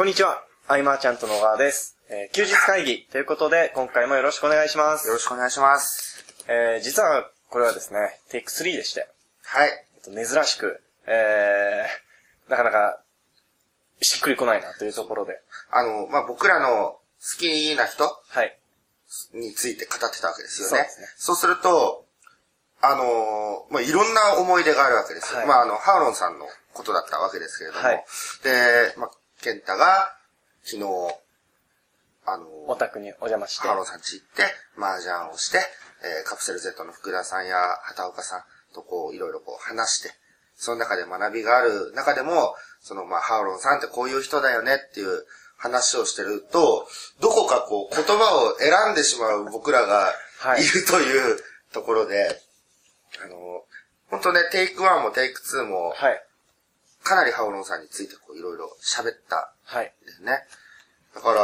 こんにちは、アイマーちゃんと野川です。休日会議ということで、今回もよろしくお願いします。 よろしくお願いします。 実はこれはですね、テイク3でして。 はい。 珍しく、なかなか、しっくりこないなというところで。 僕らの好きな人はい。 について語ってたわけですよね。 そうですね。 そうすると、いろんな思い出があるわけですよ。 はい、 ハーロンさんのことだったわけですけれども。 はい。 で、ケンタが、昨日、 お宅にお邪魔して。 ハーロンさん家行って、麻雀をして、カプセル Z の福田さんや畑岡さんといろいろ話して、その中で学びがある中でも、ハーロンさんってこういう人だよねっていう話をしてると、どこか言葉を選んでしまう僕らがいるというところで、本当ね、テイク1もテイク2も、 はい。 かなりハーロンさんについていろいろ喋ったはい。 ですね。だから、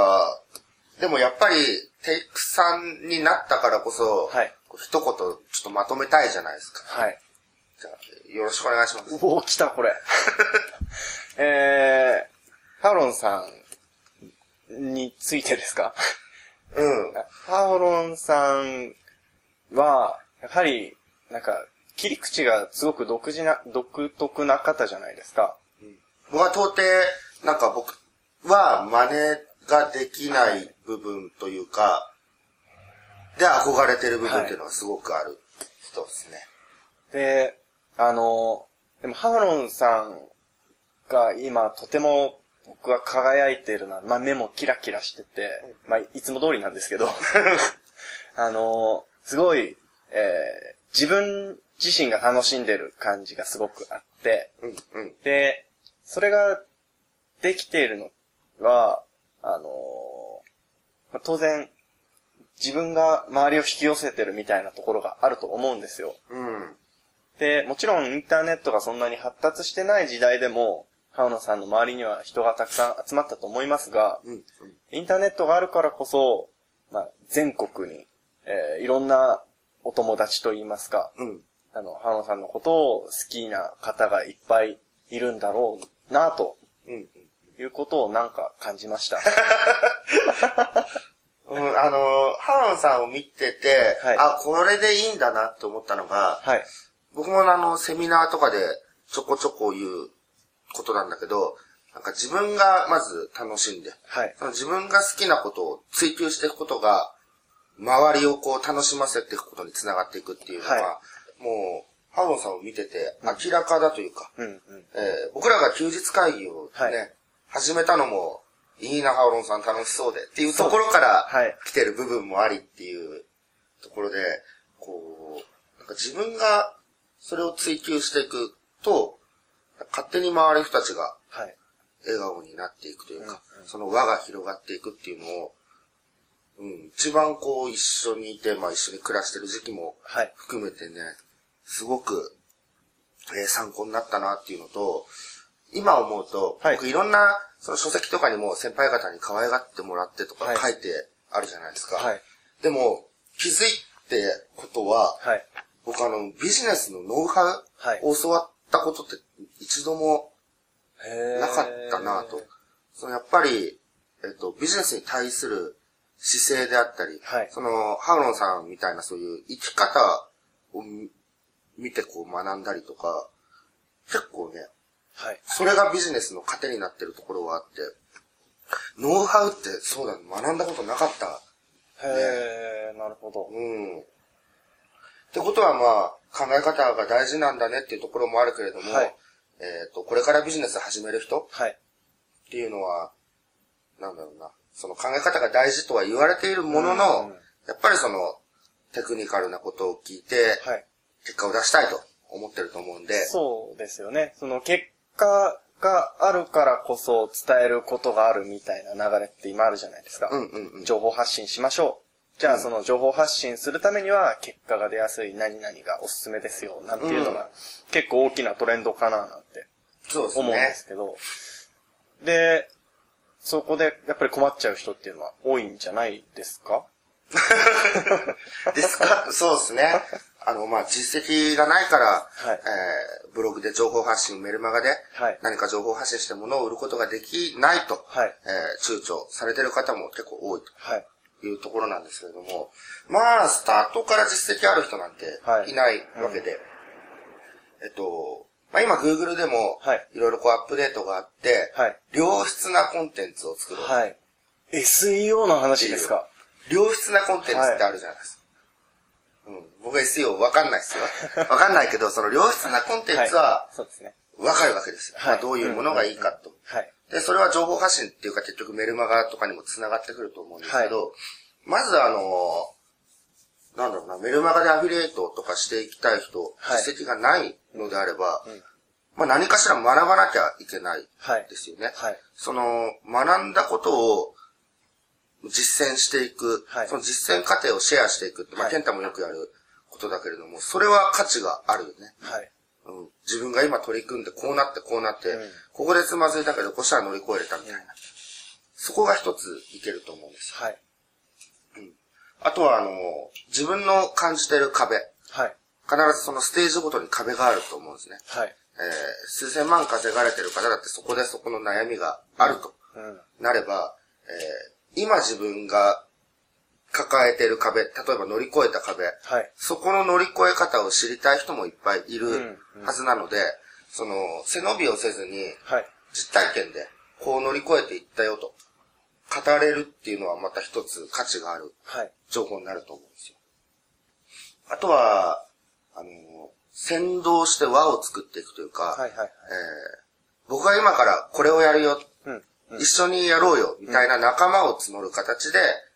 でもやっぱり、テイク3になったからこそ、 はい。 一言ちょっとまとめたいじゃないですか。 はい。 じゃあ、よろしくお願いします。 おお、来た、これ。ハーロンさんについてですか？ うん。 ハーロンさんは、やはり、切り口がすごく独特な方じゃないですか。 僕は到底、僕は真似ができない部分というか、で憧れてる部分っていうのがすごくある人ですね。 で、でもハーロンさんが今とても僕は輝いているな、目もキラキラしてて、いつも通りなんですけど、すごい、自分自身が楽しんでる感じがすごくあって、で、それができているのは、当然、自分が周りを引き寄せてるみたいなところがあると思うんですよ。で、もちろんインターネットがそんなに発達してない時代でも、ハーロンさんの周りには人がたくさん集まったと思いますが、インターネットがあるからこそ、全国に、いろんなお友達といいますか、ハーロンさんのことを好きな方がいっぱいいるんだろうなと、いうことを感じました。 ハーロンさんを見てて、これでいいんだなって思ったのが、僕もセミナーとかでちょこちょこ言うことなんだけど、自分がまず楽しんで、その自分が好きなことを追求していくことが、周りを楽しませていくことにつながっていくっていうのは、もう、ハーロンさんを見てて明らかだというか、僕らが休日会議をね、始めたのも、いいな、ハーロンさん楽しそうでっていうところから来てる部分もありっていうところで、自分がそれを追求していくと、勝手に周りの人たちが笑顔になっていくというか、その輪が広がっていくっていうのを、一番一緒にいて、一緒に暮らしてる時期も含めてね、すごく、参考になったなっていうのと、今思うと、僕いろんなその書籍とかにも先輩方に可愛がってもらってとか書いてあるじゃないですか。でも、気づいてことは、僕ビジネスのノウハウを教わったことって一度もなかったなと。やっぱり、ビジネスに対する姿勢であったり、ハーロンさんみたいなそういう生き方を見て学んだりとか、結構ね、それがビジネスの糧になってるところはあって、ノウハウってそうだね、学んだことなかった。 なるほど。 ってことは考え方が大事なんだねっていうところもあるけれども、これからビジネス始める人っていうのは、その考え方が大事とは言われているものの、やっぱりテクニカルなことを聞いて、結果を出したいと思ってると思うんで。 そうですよね。その結果があるからこそ伝えることがあるみたいな流れって今あるじゃないですか。情報発信しましょう。じゃあその情報発信するためには結果が出やすい何々がおすすめですよ。なんていうのが結構大きなトレンドかななんて思うんですけど。で、そこでやっぱり困っちゃう人っていうのは多いんじゃないですか？ ですか？そうですね。 実績がないから、ブログで情報発信、メルマガで、何か情報発信して物を売ることができないと、躊躇されている方も結構多いというところなんですけれども、スタートから実績ある人なんていないわけで、今 Google でも、いろいろアップデートがあって、良質なコンテンツを作る。 SEO の話ですか？ 良質なコンテンツってあるじゃないですか。僕は SEO わかんないですよ。わかんないけど、その良質なコンテンツは、わかるわけですよ。どういうものがいいかと。で、それは情報発信っていうか結局メルマガとかにも繋がってくると思うんですけど、まずメルマガでアフィリエイトとかしていきたい人、実績がないのであれば、何かしら学ばなきゃいけないですよね。その、学んだことを実践していく、その実践過程をシェアしていくって、ケンタもよくやることだけれども、それは価値があるよね。自分が今取り組んでこうなって、ここでつまずいたけど、こうしたら乗り越えれたみたいな。そこが一ついけると思うんですよ。あとは自分の感じてる壁。必ずそのステージごとに壁があると思うんですね。数千万稼がれてる方だってそこでそこの悩みがあるとなれば、今自分が抱えている壁、例えば乗り越えた壁、そこの乗り越え方を知りたい人もいっぱいいるはずなので、その背伸びをせずに、実体験でこう乗り越えていったよと語れるっていうのはまた一つ価値がある情報になると思うんですよ。あとは、先導して輪を作っていくというか、僕が今からこれをやるよ、一緒にやろうよ、みたいな仲間を募る形で、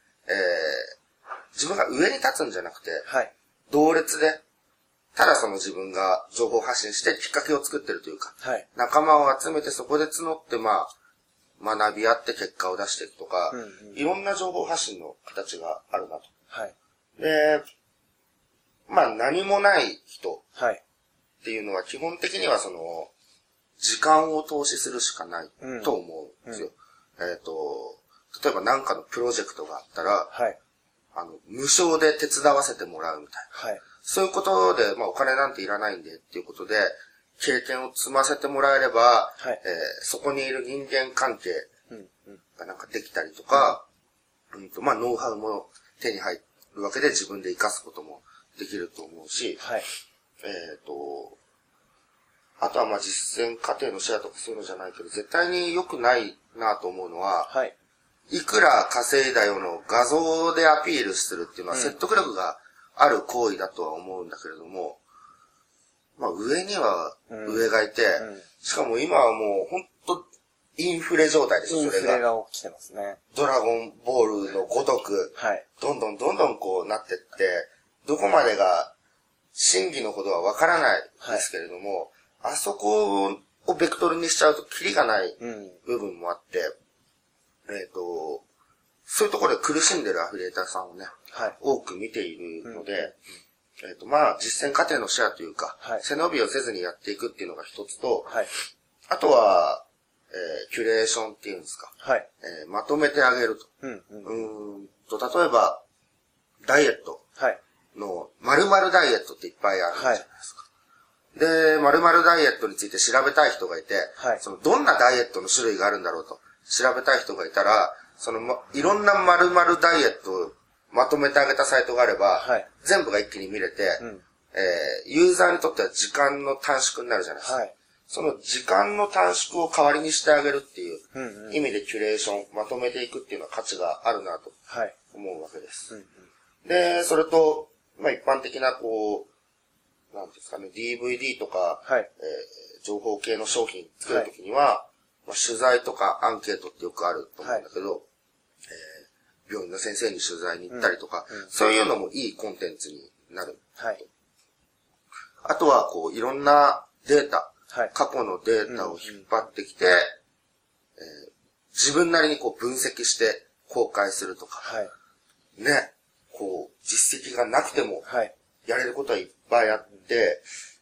自分が上に立つんじゃなくて、同列で、ただその自分が情報発信してきっかけを作ってるというか、仲間を集めてそこで募って学び合って結果を出していくとか、いろんな情報発信の形があるなと。で、何もない人っていうのは基本的にはその、時間を投資するしかないと思うんですよ。例えば何かのプロジェクトがあったら、無償で手伝わせてもらうみたいな。そういうことで、お金なんていらないんでっていうことで、経験を積ませてもらえれば、そこにいる人間関係がなんかできたりとか、ノウハウも手に入るわけで自分で活かすこともできると思うし、あとは実践過程のシェアとかそういうのじゃないけど、絶対に良くないなと思うのは、いくら稼いだよの画像でアピールするっていうのは説得力がある行為だとは思うんだけれども、上には上がいて、しかも今はもう本当インフレ状態ですよ、 それが。インフレが起きてますね。 ドラゴンボールのごとく、どんどんこうなってって、どこまでが真偽のほどはわからないですけれども、あそこをベクトルにしちゃうとキリがない部分もあって、そういうところで苦しんでるアフィリエーターさんをね、多く見ているので、実践過程のシェアというか、背伸びをせずにやっていくっていうのが一つと、あとは、キュレーションっていうんですか、まとめてあげると。例えば、ダイエットの、〇〇ダイエットっていっぱいあるじゃないですか。で、〇〇ダイエットについて調べたい人がいて、そのどんなダイエットの種類があるんだろうと調べたい人がいたら、その、いろんな〇〇ダイエットをまとめてあげたサイトがあれば、全部が一気に見れて、ユーザーにとっては時間の短縮になるじゃないですか。その時間の短縮を代わりにしてあげるっていう意味でキュレーション、まとめていくっていうのは価値があるなと思うわけです。で、それと、一般的ななんですかね、DVD とか、情報系の商品作るときには、取材とかアンケートってよくあると思うんだけど、病院の先生に取材に行ったりとか、そういうのもいいコンテンツになる。あとは、いろんなデータ、過去のデータを引っ張ってきて、自分なりに分析して公開するとか、ね、実績がなくても、やれることはいっぱいあって、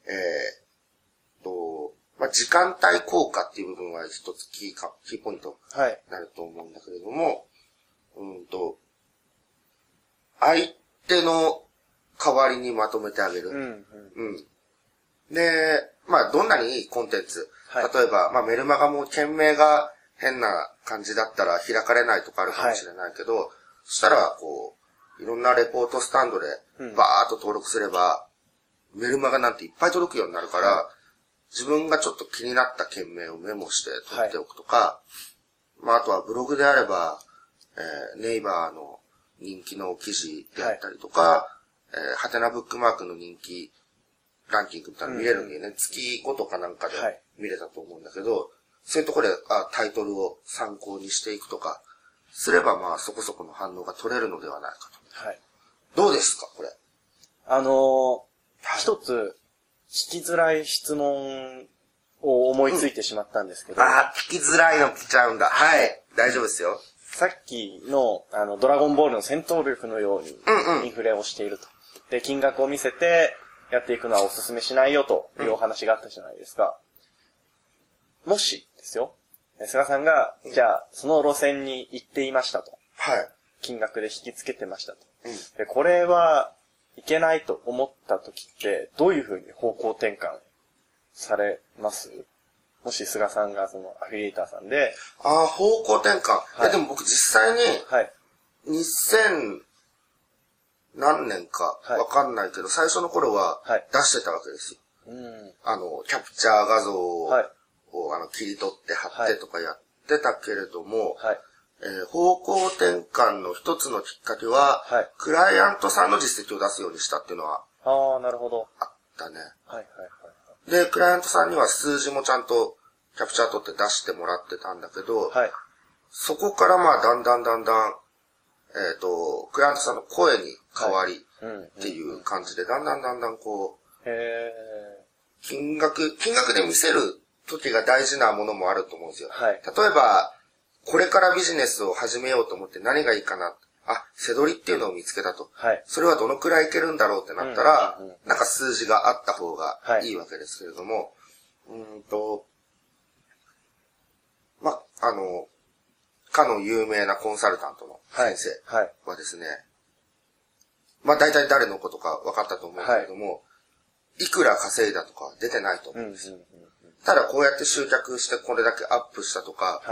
時間帯効果っていう部分は一つキーポイントになると思うんだけれども、相手の代わりにまとめてあげる。で、まあ、どんなにいいコンテンツ、例えば、まあ、メルマガも件名が変な感じだったら開かれないとかあるかもしれないけど、そしたら、こう、いろんなレポートスタンドでバーっと登録すれば、メルマガなんていっぱい届くようになるから、自分がちょっと気になった件名をメモして取っておくとか、まあ、あとはブログであれば、ネイバーの人気の記事であったりとか、ハテナブックマークの人気ランキングみたいなの見れるんだよね。月5とかなんかで見れたと思うんだけど、そういうところでタイトルを参考にしていくとか、すればまあそこそこの反応が取れるのではないかと。はい。どうですか、これ。 一つ、聞きづらい質問を思いついてしまったんですけど。 聞きづらいの来ちゃうんだ。はい。大丈夫ですよ。 さっきの、ドラゴンボールの戦闘力のように、インフレをしていると。で、金額を見せて、やっていくのはお勧めしないよというお話があったじゃないですか。もしですよ、菅さんが、じゃあ、その路線に行っていましたと。はい。金額で引きつけてましたと。で、これはいけないと思った時って、どういうふうに方向転換されます？もし菅さんがそのアフィリエイターさんで。 方向転換。でも僕実際に、2000何年かわかんないけど、最初の頃は出してたわけですよ。キャプチャー画像を、切り取って貼ってとかやってたけれども、方向転換の一つのきっかけは、クライアントさんの実績を出すようにしたっていうのは、 なるほど。 あったね。で、クライアントさんには数字もちゃんとキャプチャー取って出してもらってたんだけど、そこからまあだんだん、クライアントさんの声に変わりっていう感じで、だんだんこう、金額で見せる時が大事なものもあると思うんですよ。例えば、これからビジネスを始めようと思って何がいいかな。背取りっていうのを見つけたと。それはどのくらいいけるんだろうってなったら、なんか数字があった方がいいわけですけれども、かの有名なコンサルタントの先生はですね、まあ大体誰のことか分かったと思うんですけれども、いくら稼いだとかは出てないと思うんですよ。ただこうやって集客してこれだけアップしたとか、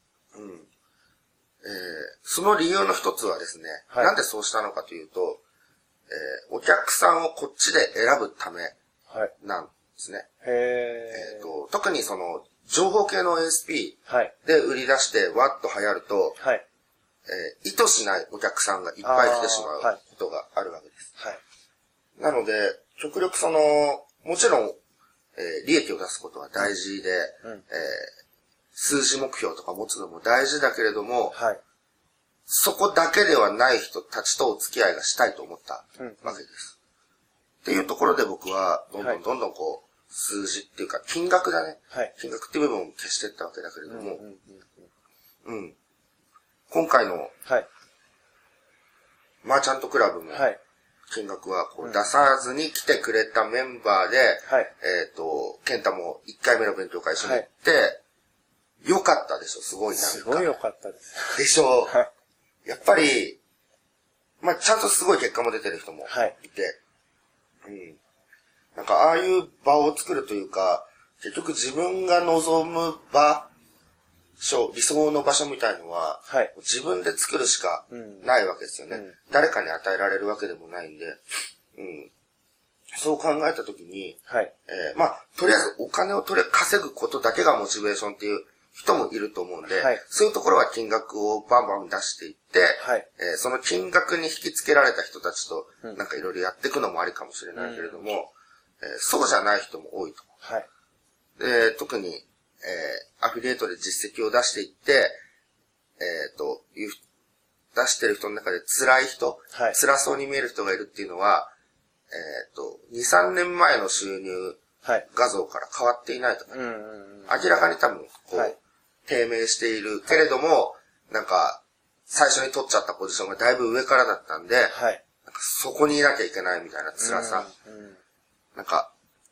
その理由の一つはですね、なんでそうしたのかというと、お客さんをこっちで選ぶためなんですね。特にその情報系の ASP で売り出してわっと流行ると、意図しないお客さんがいっぱい来てしまうことがあるわけです。なので、極力その、もちろん、利益を出すことは大事で、数字目標とか持つのも大事だけれども、そこだけではない人たちとお付き合いがしたいと思ったわけです。っていうところで僕は、どんどんこう、数字っていうか、金額だね。金額っていう部分を消していったわけだけれども、今回の、マーチャントクラブも、金額はこう出さずに来てくれたメンバーで、ケンタも1回目の勉強会一緒に行って、良かったでしょ、すごいなんか。 すごい良かったです。 でしょ。やっぱり、まあ、ちゃんとすごい結果も出てる人もいて、なんかああいう場を作るというか、結局自分が望む場所、理想の場所みたいのは、自分で作るしかないわけですよね。誰かに与えられるわけでもないんで、そう考えたときに、まあ、とりあえずお金を稼ぐことだけがモチベーションっていう人もいると思うんで、そういうところは金額をバンバン出していって、その金額に引きつけられた人たちとなんかいろいろやっていくのもありかもしれないけれども、そうじゃない人も多いと。で、特に、アフィリエイトで実績を出していって、出してる人の中で辛い人、辛そうに見える人がいるっていうのは、2、3年前の収入画像から変わっていないとか、明らかに多分、こう、低迷しているけれども、なんか、最初に取っちゃったポジションがだいぶ上からだったんで、なんかそこにいなきゃいけないみたいな辛さ。なんか、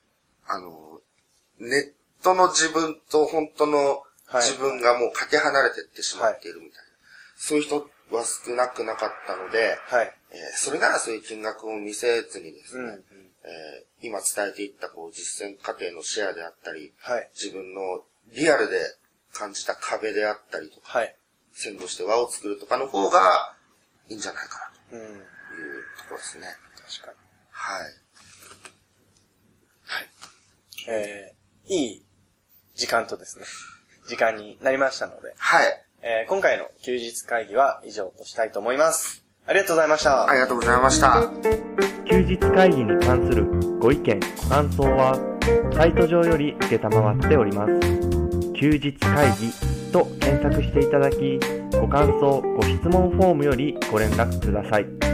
ネットの自分と本当の自分がもうかけ離れていってしまっているみたいな。そういう人は少なくなかったので、 はい。 それならそういう金額を見せずにですね、今伝えていった実践過程のシェアであったり、はい、自分のリアルで感じた壁であったりとか、はい、先導して輪を作るとかの方がいいんじゃないかなというところですね。 確かに。 はい。 はい。いい時間とですね、時間になりましたので、 はい。 今回の休日会議は以上としたいと思います。ありがとうございました。 ありがとうございました。 休日会議に関するご意見、ご感想は、サイト上より受けたまわっております。休日会議と検索していただき、ご感想、ご質問フォームよりご連絡ください。